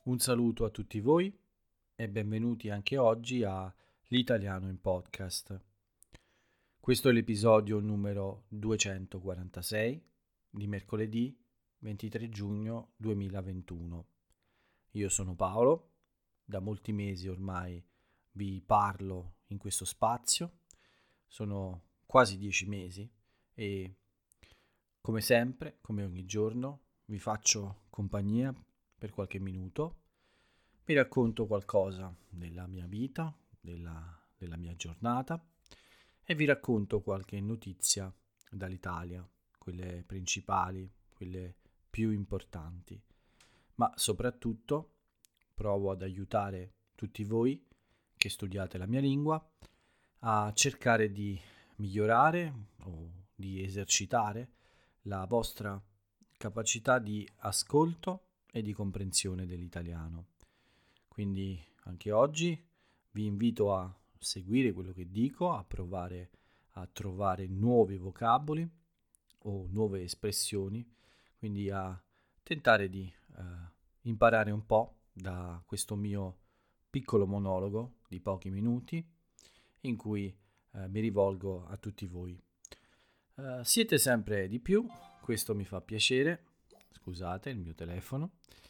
Un saluto a tutti voi e benvenuti anche oggi a L'Italiano in Podcast. Questo è l'episodio numero 246 di mercoledì 23 giugno 2021. Io sono Paolo, da molti mesi ormai vi parlo in questo spazio, sono quasi 10 mesi e come sempre, come ogni giorno, vi faccio compagnia per qualche minuto. Vi racconto qualcosa della mia vita, della mia giornata e vi racconto qualche notizia dall'Italia, quelle principali, quelle più importanti. Ma soprattutto provo ad aiutare tutti voi che studiate la mia lingua a cercare di migliorare o di esercitare la vostra capacità di ascolto e di comprensione dell'italiano. Quindi anche oggi vi invito a seguire quello che dico, a provare a trovare nuovi vocaboli o nuove espressioni, quindi a tentare di imparare un po' da questo mio piccolo monologo di pochi minuti in cui mi rivolgo a tutti voi. Siete sempre di più, questo mi fa piacere. Scusate il mio telefono.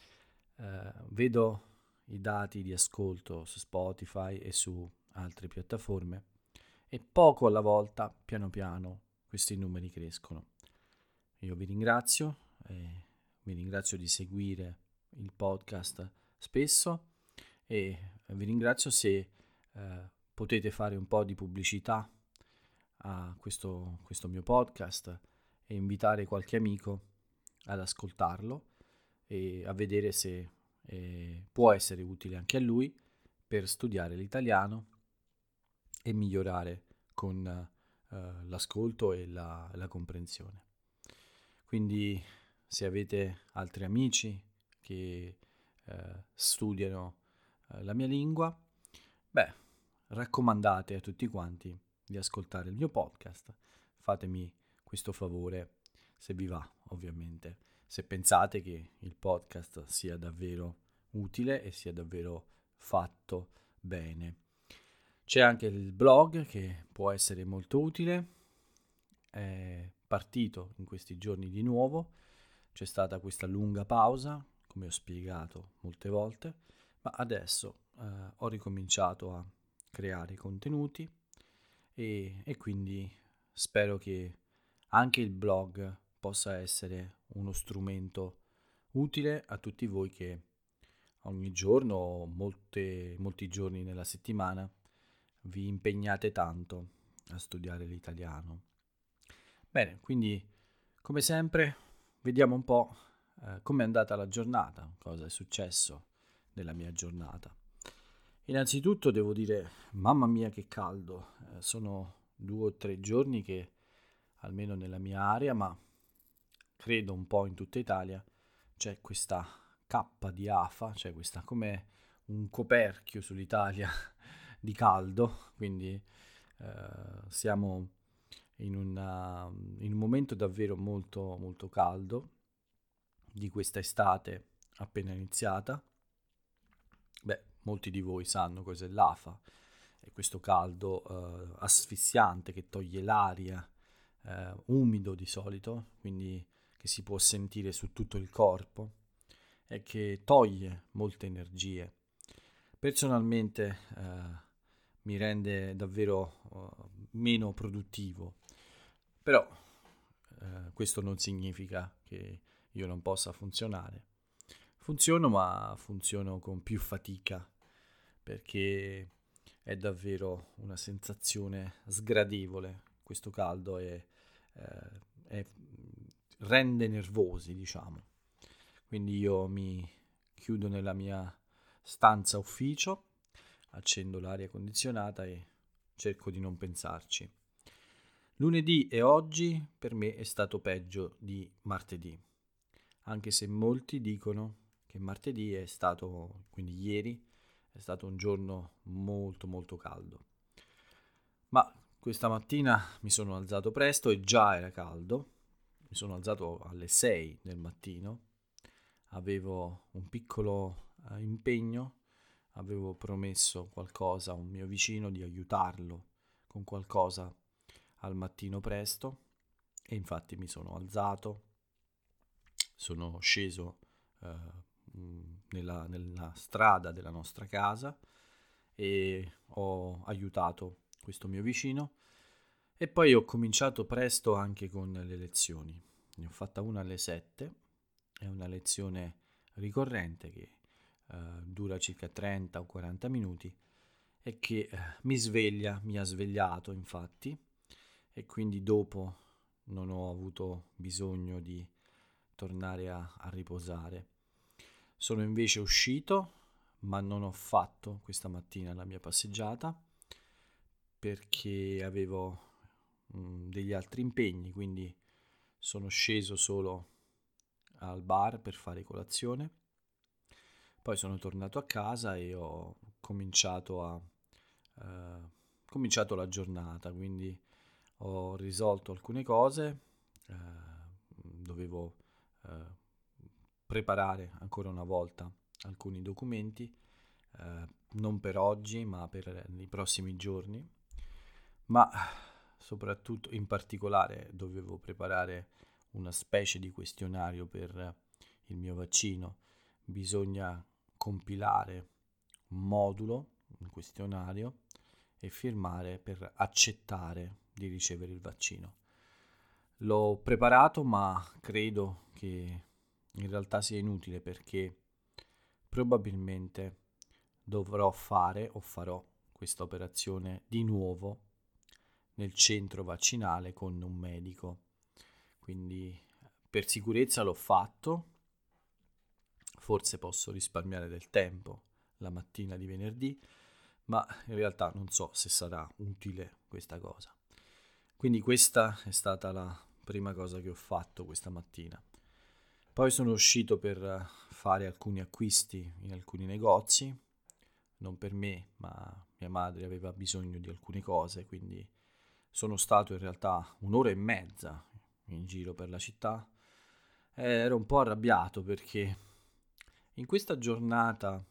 Vedo i dati di ascolto su Spotify e su altre piattaforme e poco alla volta, piano piano, questi numeri crescono. Io vi ringrazio e vi ringrazio di seguire il podcast spesso e vi ringrazio se potete fare un po' di pubblicità a questo mio podcast e invitare qualche amico ad ascoltarlo e a vedere se può essere utile anche a lui per studiare l'italiano e migliorare con l'ascolto e la comprensione. Quindi se avete altri amici che studiano la mia lingua, raccomandate a tutti quanti di ascoltare il mio podcast. Fatemi questo favore se vi va, ovviamente. Se pensate che il podcast sia davvero utile e sia davvero fatto bene. C'è anche il blog che può essere molto utile, è partito in questi giorni di nuovo, c'è stata questa lunga pausa, come ho spiegato molte volte, ma adesso ho ricominciato a creare contenuti e quindi spero che anche il blog possa essere uno strumento utile a tutti voi che ogni giorno o molti giorni nella settimana vi impegnate tanto a studiare l'italiano. Bene, quindi come sempre vediamo un po' come è andata la giornata, cosa è successo nella mia giornata. Innanzitutto devo dire, mamma mia che caldo, sono 2 o 3 giorni che almeno nella mia area, ma credo un po' in tutta Italia, c'è questa cappa di afa, cioè questa come un coperchio sull'Italia di caldo, quindi siamo in un momento davvero molto molto caldo di questa estate appena iniziata. Molti di voi sanno cos'è l'AFA, è questo caldo asfissiante che toglie l'aria, umido di solito, quindi che si può sentire su tutto il corpo e che toglie molte energie. Personalmente mi rende davvero meno produttivo, però questo non significa che io non possa funzionare. Funziono, ma funziono con più fatica perché è davvero una sensazione sgradevole. Questo caldo rende nervosi, diciamo. Quindi io mi chiudo nella mia stanza ufficio, accendo l'aria condizionata e cerco di non pensarci. Lunedì e oggi per me è stato peggio di martedì, anche se molti dicono che martedì è stato, quindi ieri, è stato un giorno molto molto caldo. Ma questa mattina mi sono alzato presto e già era caldo. Mi sono alzato alle 6 del mattino. Avevo un piccolo impegno, avevo promesso qualcosa a un mio vicino di aiutarlo con qualcosa al mattino presto e infatti mi sono alzato, sono sceso nella strada della nostra casa e ho aiutato questo mio vicino e poi ho cominciato presto anche con le lezioni. Ne ho fatta una alle 7, è una lezione ricorrente che dura circa 30 o 40 minuti e che mi ha svegliato infatti, e quindi dopo non ho avuto bisogno di tornare a riposare. Sono invece uscito, ma non ho fatto questa mattina la mia passeggiata perché avevo degli altri impegni, quindi sono sceso solo al bar per fare colazione. Poi sono tornato a casa e ho cominciato la giornata, quindi ho risolto alcune cose, dovevo eh, preparare ancora una volta alcuni documenti, non per oggi ma per i prossimi giorni, ma soprattutto in particolare dovevo preparare una specie di questionario per il mio vaccino. Bisogna compilare un modulo, un questionario e firmare per accettare di ricevere il vaccino. L'ho preparato, ma credo che in realtà sia inutile perché probabilmente dovrò fare o farò questa operazione di nuovo nel centro vaccinale con un medico. Quindi per sicurezza l'ho fatto, forse posso risparmiare del tempo la mattina di venerdì, ma in realtà non so se sarà utile questa cosa. Quindi questa è stata la prima cosa che ho fatto questa mattina. Poi sono uscito per fare alcuni acquisti in alcuni negozi, non per me, ma mia madre aveva bisogno di alcune cose, quindi sono stato in realtà un'ora e mezza in giro per la città. Ero un po' arrabbiato perché in questa giornata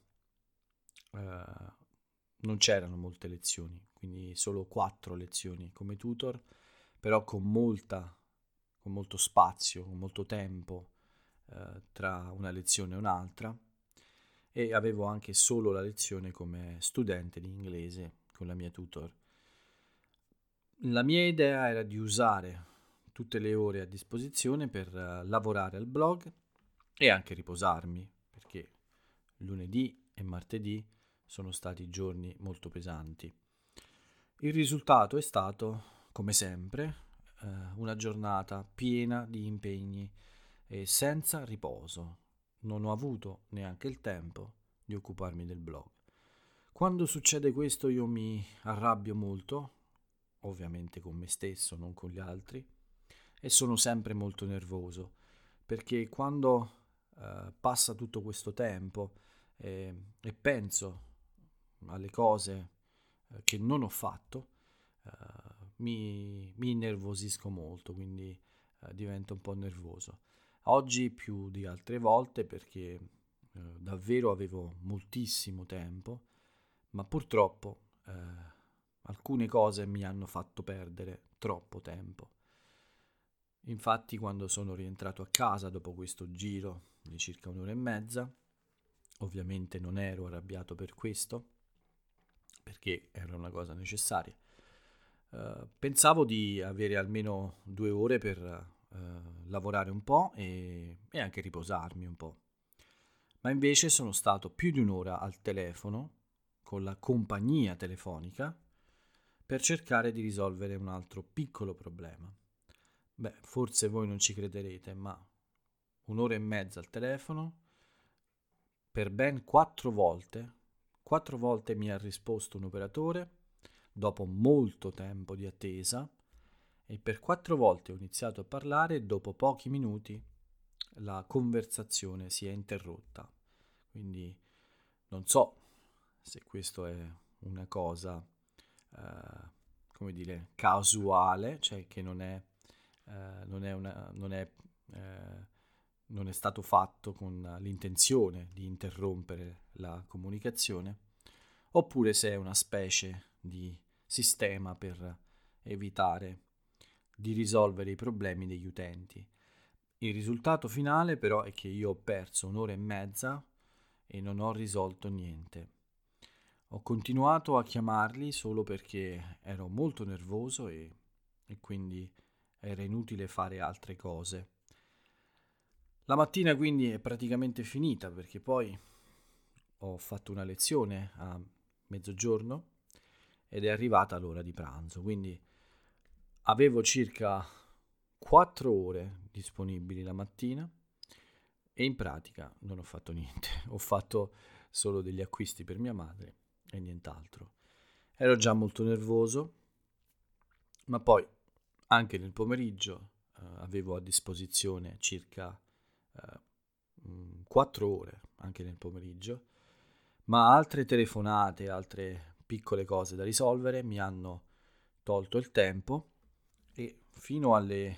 non c'erano molte lezioni, quindi solo 4 lezioni come tutor, però con molto spazio, con molto tempo tra una lezione e un'altra, e avevo anche solo la lezione come studente di inglese con la mia tutor. La mia idea era di usare tutte le ore a disposizione per lavorare al blog e anche riposarmi, perché lunedì e martedì sono stati giorni molto pesanti. Il risultato è stato, come sempre, una giornata piena di impegni e senza riposo. Non ho avuto neanche il tempo di occuparmi del blog. Quando succede questo io mi arrabbio molto, ovviamente con me stesso, non con gli altri, e sono sempre molto nervoso, perché quando passa tutto questo tempo e penso alle cose che non ho fatto, mi innervosisco molto, quindi divento un po' nervoso. Oggi più di altre volte perché davvero avevo moltissimo tempo, ma purtroppo alcune cose mi hanno fatto perdere troppo tempo. Infatti, quando sono rientrato a casa dopo questo giro di circa un'ora e mezza, ovviamente non ero arrabbiato per questo, perché era una cosa necessaria. Pensavo di avere almeno 2 ore per lavorare un po' e anche riposarmi un po'. Ma invece sono stato più di un'ora al telefono con la compagnia telefonica per cercare di risolvere un altro piccolo problema. Beh, forse voi non ci crederete, ma un'ora e mezza al telefono per ben 4 volte. 4 volte mi ha risposto un operatore dopo molto tempo di attesa e per 4 volte ho iniziato a parlare e dopo pochi minuti la conversazione si è interrotta. Quindi non so se questo è una cosa, come dire, casuale, cioè che non è non è stato fatto con l'intenzione di interrompere la comunicazione, oppure se è una specie di sistema per evitare di risolvere i problemi degli utenti. Il risultato finale però è che io ho perso 1 ora e mezza e non ho risolto niente. Ho continuato a chiamarli solo perché ero molto nervoso e quindi era inutile fare altre cose. La mattina quindi è praticamente finita perché poi ho fatto una lezione a mezzogiorno ed è arrivata l'ora di pranzo, quindi avevo circa 4 ore disponibili la mattina e in pratica non ho fatto niente, ho fatto solo degli acquisti per mia madre e nient'altro. Ero già molto nervoso, ma poi anche nel pomeriggio avevo a disposizione circa 4 ore, anche nel pomeriggio, ma altre telefonate, altre piccole cose da risolvere mi hanno tolto il tempo e fino alle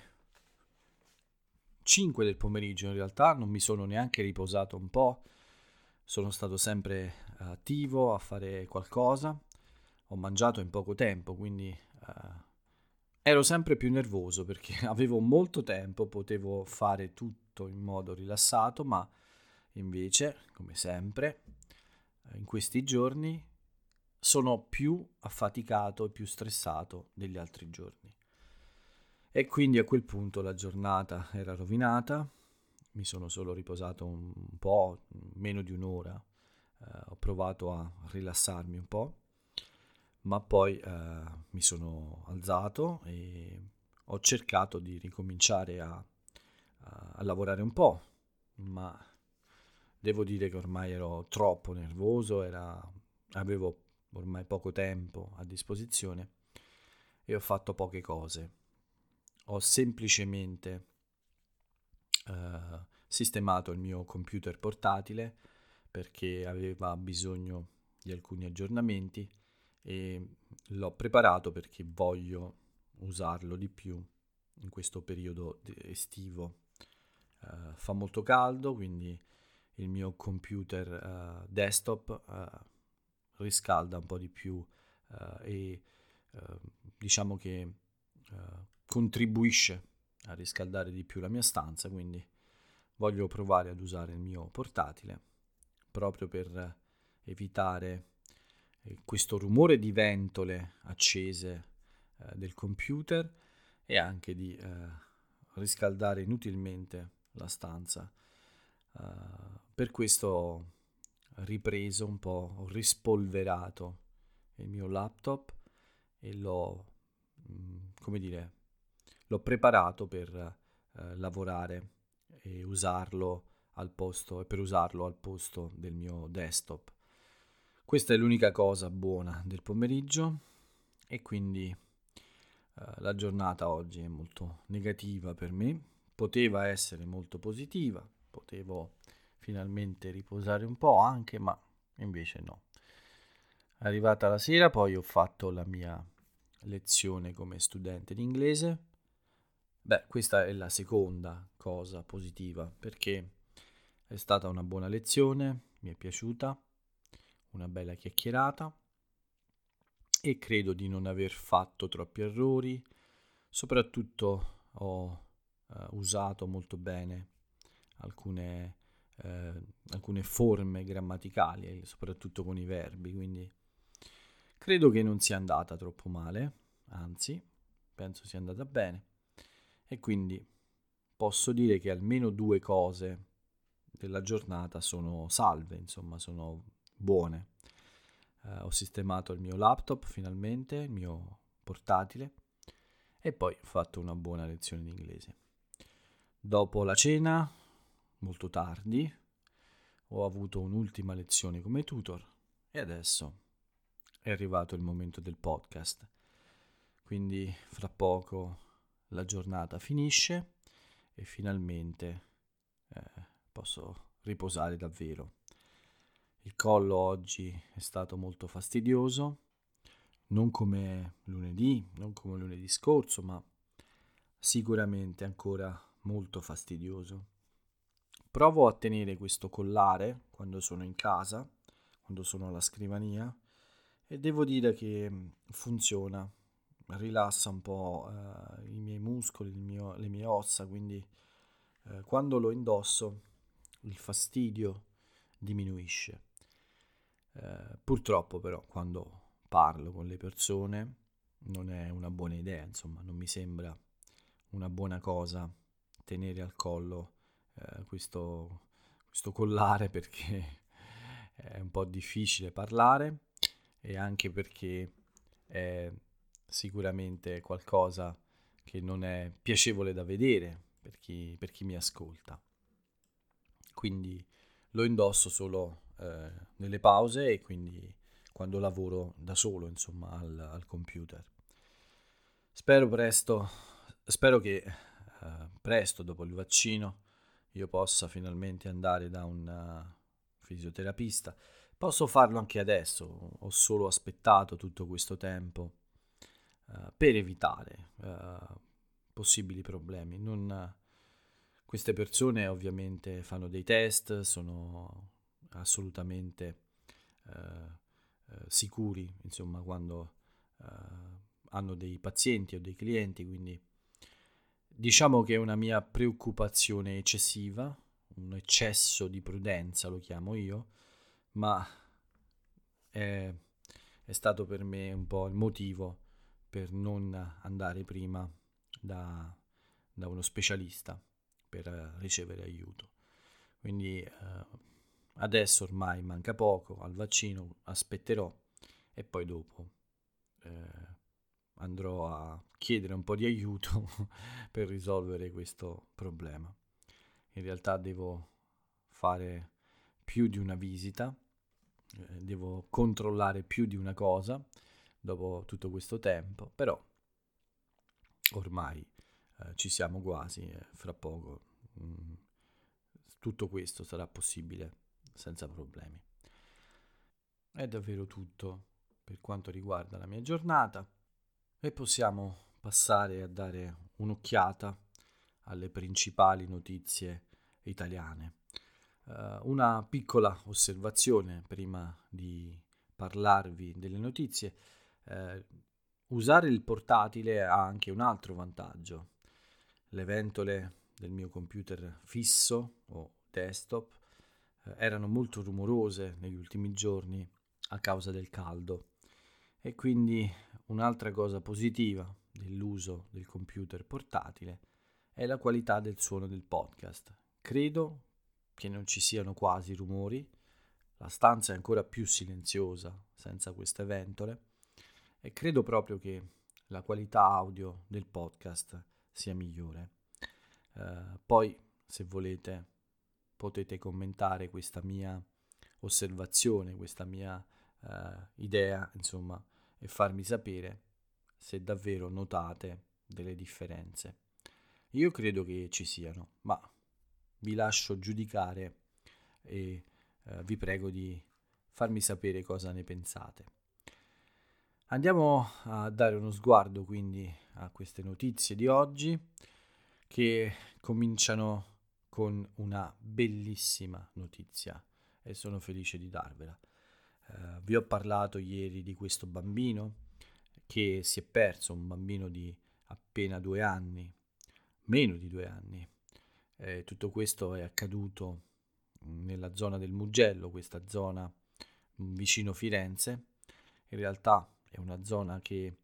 5 del pomeriggio in realtà non mi sono neanche riposato un po', sono stato sempre attivo a fare qualcosa, ho mangiato in poco tempo, quindi ero sempre più nervoso perché avevo molto tempo, potevo fare tutto in modo rilassato, ma invece, come sempre, in questi giorni sono più affaticato e più stressato degli altri giorni. E quindi a quel punto la giornata era rovinata, mi sono solo riposato un po', meno di un'ora, ho provato a rilassarmi un po', ma poi mi sono alzato e ho cercato di ricominciare a lavorare un po', ma devo dire che ormai ero troppo nervoso, avevo ormai poco tempo a disposizione e ho fatto poche cose. Ho semplicemente sistemato il mio computer portatile perché aveva bisogno di alcuni aggiornamenti e l'ho preparato perché voglio usarlo di più in questo periodo estivo. Fa molto caldo, quindi il mio computer desktop riscalda un po' di più e diciamo che contribuisce a riscaldare di più la mia stanza, quindi voglio provare ad usare il mio portatile proprio per evitare questo rumore di ventole accese del computer e anche di riscaldare inutilmente la stanza. Per questo ho ripreso un po', ho rispolverato il mio laptop e come dire, l'ho preparato per lavorare e usarlo al posto e per usarlo al posto del mio desktop. Questa è l'unica cosa buona del pomeriggio e quindi la giornata oggi è molto negativa per me. Poteva essere molto positiva, potevo finalmente riposare un po' anche, ma invece no. Arrivata la sera poi ho fatto la mia lezione come studente di inglese. Beh, questa è la seconda cosa positiva perché è stata una buona lezione, mi è piaciuta, una bella chiacchierata e credo di non aver fatto troppi errori, soprattutto ho usato molto bene alcune, alcune forme grammaticali, soprattutto con i verbi, quindi credo che non sia andata troppo male, anzi, penso sia andata bene e quindi posso dire che almeno 2 cose della giornata sono salve, insomma, sono buone. Ho sistemato il mio laptop finalmente, il mio portatile e poi ho fatto una buona lezione di inglese. Dopo la cena, molto tardi, ho avuto un'ultima lezione come tutor e adesso è arrivato il momento del podcast. Quindi fra poco la giornata finisce e finalmente posso riposare davvero. Il collo oggi è stato molto fastidioso, non come lunedì scorso, ma sicuramente ancora molto fastidioso. provo a tenere questo collare quando sono in casa, quando sono alla scrivania, e devo dire che funziona, rilassa un po' i miei muscoli, le mie ossa, quindi quando lo indosso il fastidio diminuisce. Purtroppo però quando parlo con le persone non è una buona idea, insomma, non mi sembra una buona cosa tenere al collo questo collare perché è un po' difficile parlare e anche perché è sicuramente qualcosa che non è piacevole da vedere per chi mi ascolta. Quindi lo indosso solo nelle pause e quindi quando lavoro da solo, insomma, al computer. Spero che presto, dopo il vaccino, io possa finalmente andare da un fisioterapista. Posso farlo anche adesso, ho solo aspettato tutto questo tempo per evitare possibili problemi. Queste persone ovviamente fanno dei test, sono assolutamente sicuri, insomma, quando hanno dei pazienti o dei clienti, quindi diciamo che è una mia preoccupazione eccessiva, un eccesso di prudenza lo chiamo io, ma è, è stato per me un po' il motivo per non andare prima da uno specialista per ricevere aiuto. Quindi adesso ormai manca poco al vaccino, aspetterò e poi dopo andrò a chiedere un po' di aiuto per risolvere questo problema. In realtà devo fare più di una visita, devo controllare più di una cosa dopo tutto questo tempo, però ormai ci siamo quasi e fra poco tutto questo sarà possibile senza problemi. È davvero tutto per quanto riguarda la mia giornata e possiamo passare a dare un'occhiata alle principali notizie italiane. Una piccola osservazione prima di parlarvi delle notizie. Usare il portatile ha anche un altro vantaggio. Le ventole del mio computer fisso o desktop erano molto rumorose negli ultimi giorni a causa del caldo e quindi un'altra cosa positiva dell'uso del computer portatile è la qualità del suono del podcast. Credo che non ci siano quasi rumori, la stanza è ancora più silenziosa senza queste ventole e credo proprio che la qualità audio del podcast sia migliore. Poi, se volete, potete commentare questa mia osservazione, questa mia idea, insomma, e farmi sapere se davvero notate delle differenze. Io credo che ci siano, ma vi lascio giudicare e vi prego di farmi sapere cosa ne pensate. Andiamo a dare uno sguardo quindi a queste notizie di oggi che cominciano con una bellissima notizia e sono felice di darvela. Vi ho parlato ieri di questo bambino che si è perso, un bambino di appena 2 anni, meno di 2 anni. Tutto questo è accaduto nella zona del Mugello, questa zona vicino Firenze. In realtà è una zona che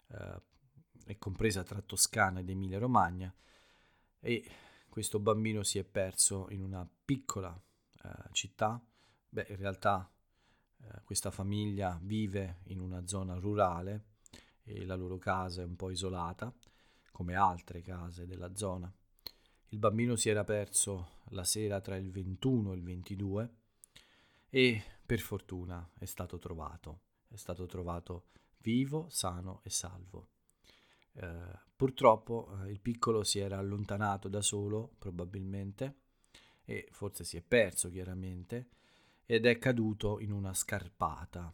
è compresa tra Toscana ed Emilia Romagna e questo bambino si è perso in una piccola città. In realtà questa famiglia vive in una zona rurale e la loro casa è un po' isolata, come altre case della zona. Il bambino si era perso la sera tra il 21 e il 22 e per fortuna è stato trovato vivo, sano e salvo. Purtroppo il piccolo si era allontanato da solo, probabilmente, e forse si è perso chiaramente, ed è caduto in una scarpata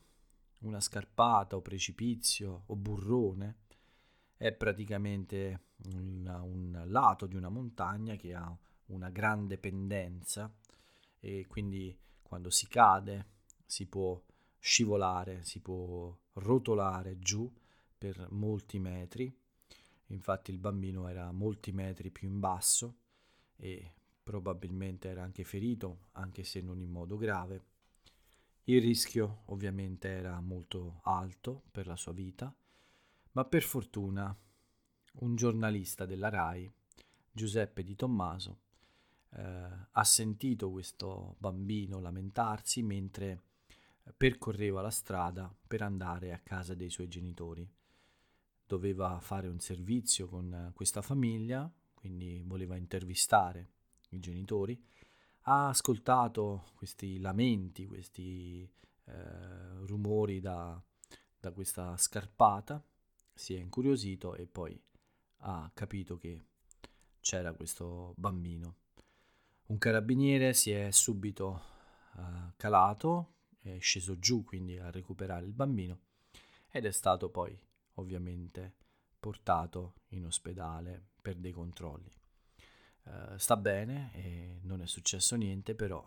o precipizio o burrone. È praticamente un lato di una montagna che ha una grande pendenza e quindi quando si cade si può scivolare, si può rotolare giù per molti metri. Infatti il bambino era molti metri più in basso e probabilmente era anche ferito, anche se non in modo grave. Il rischio ovviamente era molto alto per la sua vita, ma per fortuna un giornalista della RAI, Giuseppe Di Tommaso, ha sentito questo bambino lamentarsi mentre percorreva la strada per andare a casa dei suoi genitori. Doveva fare un servizio con questa famiglia, quindi voleva intervistare i genitori. Ha ascoltato questi lamenti, questi rumori da questa scarpata, si è incuriosito e poi ha capito che c'era questo bambino. Un carabiniere si è subito calato, è sceso giù quindi a recuperare il bambino ed è stato poi ovviamente portato in ospedale per dei controlli. Sta bene e non è successo niente, però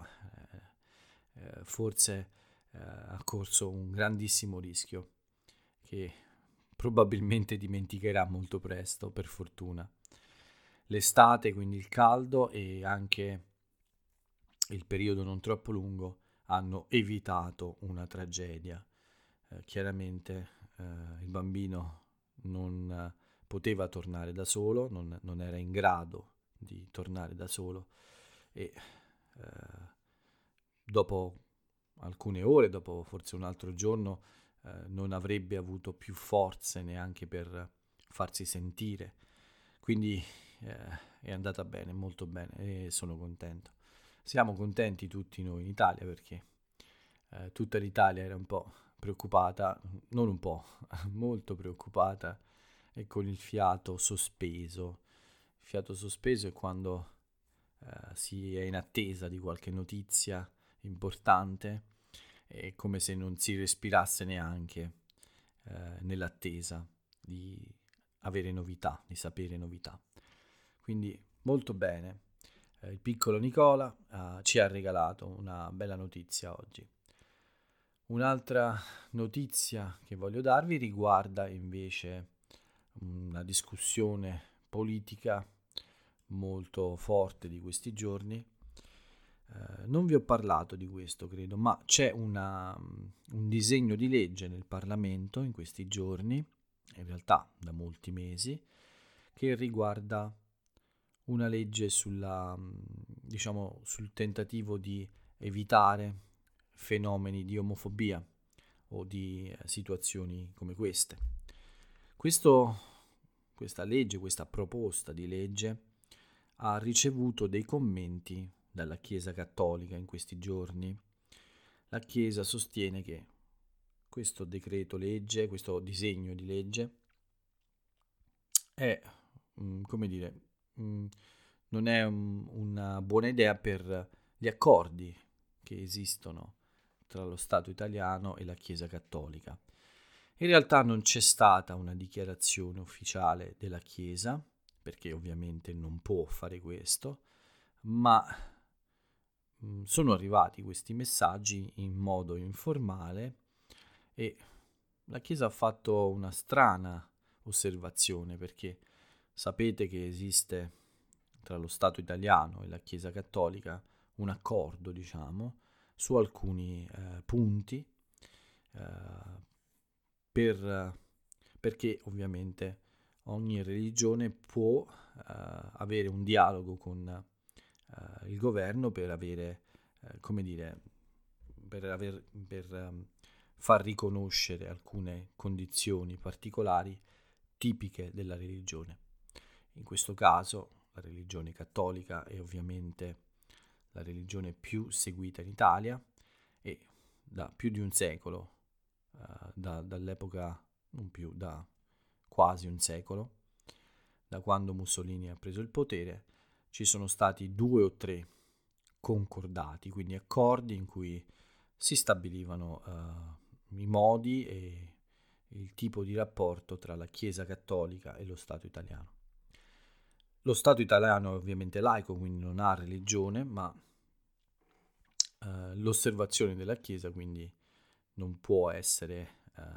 forse ha corso un grandissimo rischio che probabilmente dimenticherà molto presto, per fortuna. L'estate, quindi il caldo e anche il periodo non troppo lungo hanno evitato una tragedia. Chiaramente il bambino non poteva tornare da solo, non era in grado di tornare da solo e dopo alcune ore, dopo forse un altro giorno, non avrebbe avuto più forze neanche per farsi sentire. Quindi è andata bene, molto bene e sono contento. Siamo contenti tutti noi in Italia perché tutta l'Italia era un po' preoccupata, non un po', molto preoccupata e con il fiato sospeso. Il fiato sospeso è quando si è in attesa di qualche notizia importante, è come se non si respirasse neanche nell'attesa di avere novità, di sapere novità. Quindi molto bene. Il piccolo Nicola ci ha regalato una bella notizia oggi. Un'altra notizia che voglio darvi riguarda invece una discussione politica molto forte di questi giorni. Non vi ho parlato di questo, credo, ma c'è un disegno di legge nel Parlamento in questi giorni, in realtà da molti mesi, che riguarda una legge diciamo, sul tentativo di evitare fenomeni di omofobia o di situazioni come queste. Questa legge, questa proposta di legge ha ricevuto dei commenti dalla Chiesa Cattolica in questi giorni. La Chiesa sostiene che questo decreto legge, questo disegno di legge è, come dire, non è una buona idea per gli accordi che esistono tra lo Stato italiano e la Chiesa Cattolica. In realtà non c'è stata una dichiarazione ufficiale della Chiesa, perché ovviamente non può fare questo, ma sono arrivati questi messaggi in modo informale e la Chiesa ha fatto una strana osservazione perché sapete che esiste tra lo Stato italiano e la Chiesa Cattolica un accordo, diciamo, su alcuni punti perché ovviamente ogni religione può avere un dialogo con il governo per avere, come dire, per far riconoscere alcune condizioni particolari tipiche della religione. In questo caso la religione cattolica è ovviamente la religione più seguita in Italia e da più di un secolo, dall'epoca, non più, da quasi un secolo, da quando Mussolini ha preso il potere, ci sono stati 2 o 3 concordati, quindi accordi in cui si stabilivano i modi e il tipo di rapporto tra la Chiesa Cattolica e lo Stato italiano. Lo Stato italiano è ovviamente laico, quindi non ha religione, ma l'osservazione della Chiesa quindi non può essere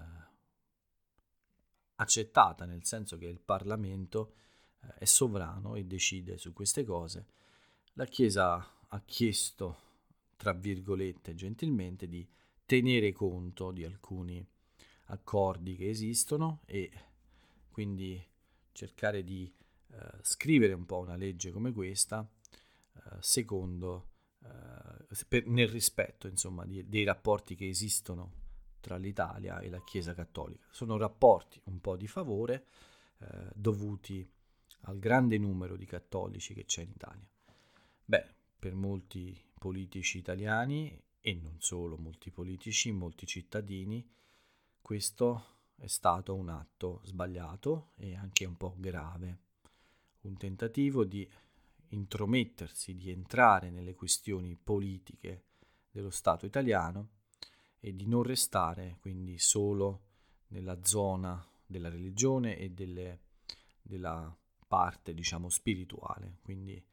accettata, nel senso che il Parlamento è sovrano e decide su queste cose. La Chiesa ha chiesto, tra virgolette, gentilmente, di tenere conto di alcuni accordi che esistono e quindi cercare di scrivere un po' una legge come questa secondo nel rispetto insomma dei rapporti che esistono tra l'Italia e la Chiesa Cattolica. Sono rapporti un po' di favore dovuti al grande numero di cattolici che c'è in Italia. Beh, per molti politici italiani e non solo molti politici, molti cittadini, questo è stato un atto sbagliato e anche un po' grave, un tentativo di intromettersi, di entrare nelle questioni politiche dello Stato italiano e di non restare quindi solo nella zona della religione e della parte, diciamo, spirituale. Quindi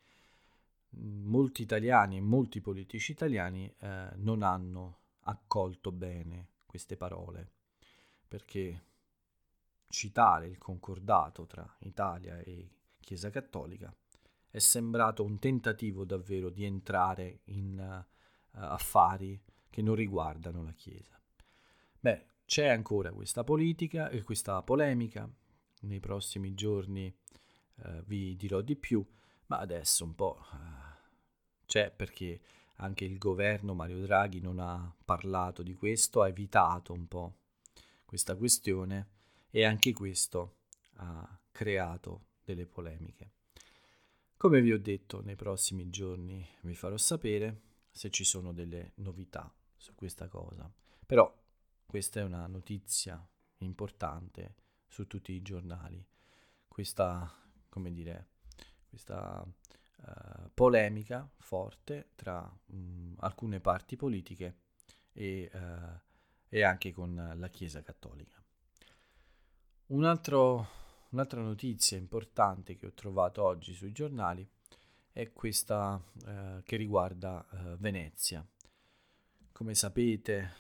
molti italiani e molti politici italiani non hanno accolto bene queste parole, perché citare il concordato tra Italia e Chiesa Cattolica è sembrato un tentativo davvero di entrare in affari che non riguardano la Chiesa. Beh, c'è ancora questa politica e questa polemica, nei prossimi giorni vi dirò di più, ma adesso un po' c'è perché anche il governo Mario Draghi non ha parlato di questo, ha evitato un po' questa questione e anche questo ha creato delle polemiche. Come vi ho detto, nei prossimi giorni vi farò sapere se ci sono delle novità su questa cosa. Però questa è una notizia importante su tutti i giornali. Questa, come dire, questa polemica forte tra alcune parti politiche e anche con la Chiesa Cattolica. Un'altra notizia importante che ho trovato oggi sui giornali è questa che riguarda Venezia. Come sapete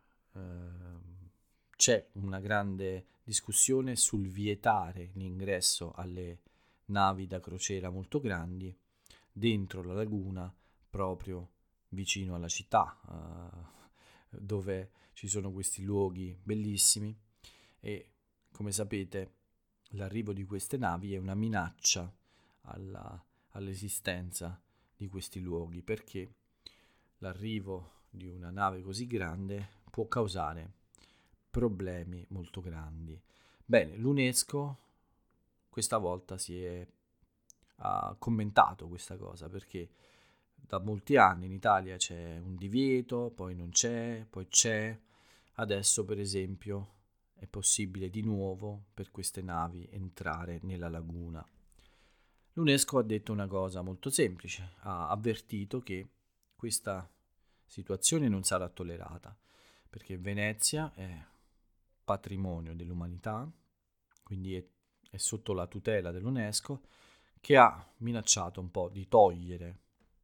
c'è una grande discussione sul vietare l'ingresso alle navi da crociera molto grandi dentro la laguna, proprio vicino alla città, dove ci sono questi luoghi bellissimi e, come sapete, l'arrivo di queste navi è una minaccia all'esistenza di questi luoghi, perché l'arrivo di una nave così grande può causare problemi molto grandi. Bene, l'UNESCO questa volta ha commentato questa cosa, perché da molti anni in Italia c'è un divieto, poi non c'è, poi c'è. Adesso, per esempio, è possibile di nuovo per queste navi entrare nella laguna. L'UNESCO ha detto una cosa molto semplice, ha avvertito che questa situazione non sarà tollerata, perché Venezia è patrimonio dell'umanità, quindi è sotto la tutela dell'UNESCO, che ha minacciato un po' di togliere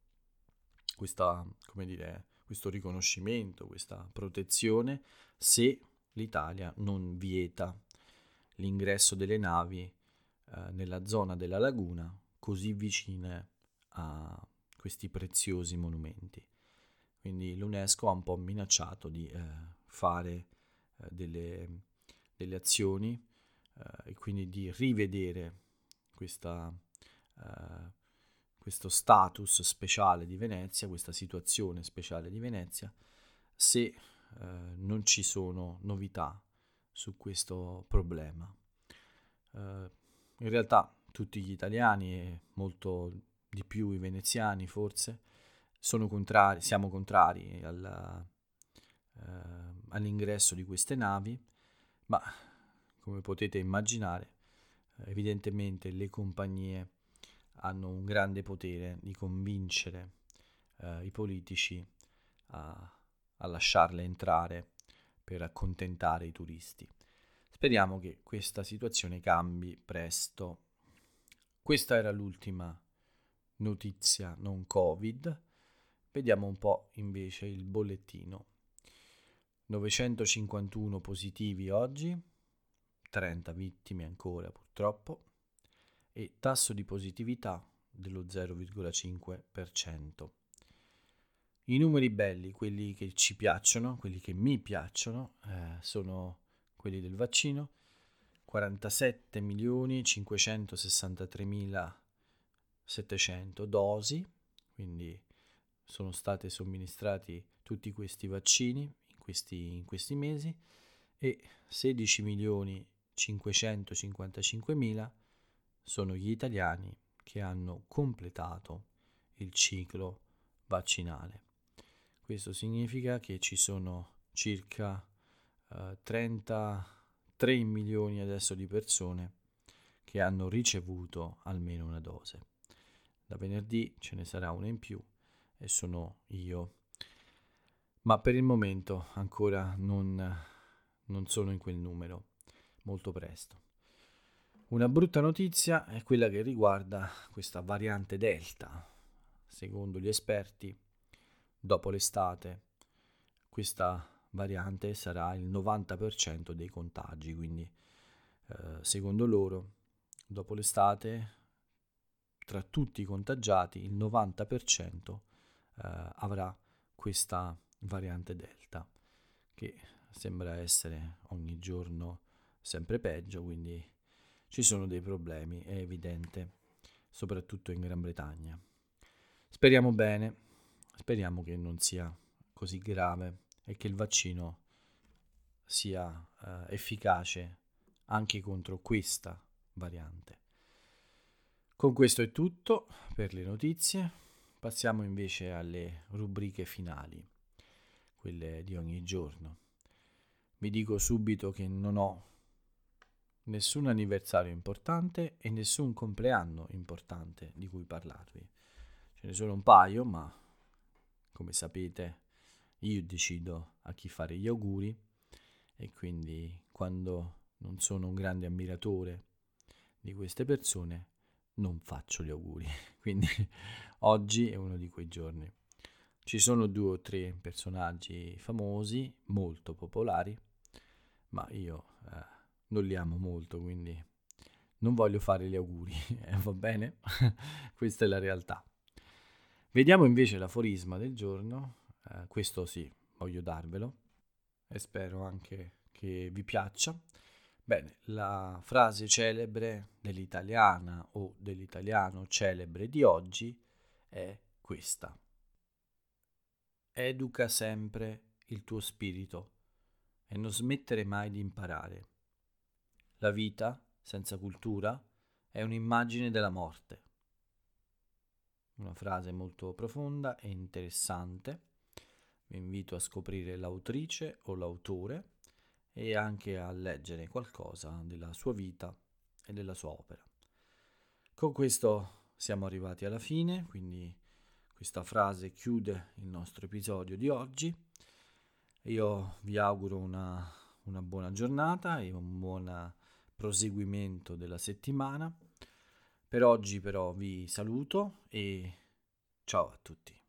questo riconoscimento, questa protezione, se l'Italia non vieta l'ingresso delle navi nella zona della laguna così vicine a questi preziosi monumenti. Quindi l'UNESCO ha un po' minacciato di fare delle azioni e quindi di rivedere questo status speciale di Venezia, questa situazione speciale di Venezia, se non ci sono novità su questo problema. In realtà tutti gli italiani e molto di più i veneziani forse siamo contrari all'ingresso di queste navi, ma come potete immaginare evidentemente le compagnie hanno un grande potere di convincere i politici a lasciarle entrare per accontentare i turisti. Speriamo che questa situazione cambi presto. Questa era l'ultima notizia non Covid. Vediamo un po' invece il bollettino. 951 positivi oggi, 30 vittime ancora purtroppo, e tasso di positività dello 0,5%. I numeri belli, quelli che ci piacciono, quelli che mi piacciono, sono quelli del vaccino. 47.563.700 dosi, quindi sono state somministrati tutti questi vaccini in questi mesi, e 16.555.000 sono gli italiani che hanno completato il ciclo vaccinale. Questo significa che ci sono circa 33 milioni adesso di persone che hanno ricevuto almeno una dose. Da venerdì ce ne sarà una in più e sono io. Ma per il momento ancora non sono in quel numero, molto presto. Una brutta notizia è quella che riguarda questa variante Delta. Secondo gli esperti, dopo l'estate, questa variante sarà il 90% dei contagi, quindi secondo loro, dopo l'estate, tra tutti i contagiati, il 90% avrà questa variante Delta, che sembra essere ogni giorno sempre peggio, quindi ci sono dei problemi, è evidente, soprattutto in Gran Bretagna. Speriamo bene, speriamo che non sia così grave e che il vaccino sia efficace anche contro questa variante. Con questo è tutto per le notizie. Passiamo invece alle rubriche finali, quelle di ogni giorno. Vi dico subito che non ho nessun anniversario importante e nessun compleanno importante di cui parlarvi. Ce ne sono un paio, ma come sapete io decido a chi fare gli auguri, e quindi quando non sono un grande ammiratore di queste persone non faccio gli auguri. Quindi oggi è uno di quei giorni. Ci sono 2 o 3 personaggi famosi, molto popolari, ma io non li amo molto, quindi non voglio fare gli auguri, va bene? Questa è la realtà. Vediamo invece l'aforisma del giorno, questo sì, voglio darvelo e spero anche che vi piaccia. Bene, la frase celebre dell'italiana o dell'italiano celebre di oggi è questa: educa sempre il tuo spirito e non smettere mai di imparare. La vita senza cultura è un'immagine della morte. Una frase molto profonda e interessante. Vi invito a scoprire l'autrice o l'autore e anche a leggere qualcosa della sua vita e della sua opera. Con questo siamo arrivati alla fine, quindi questa frase chiude il nostro episodio di oggi. Io vi auguro una buona giornata e un buon proseguimento della settimana. Per oggi però vi saluto e ciao a tutti.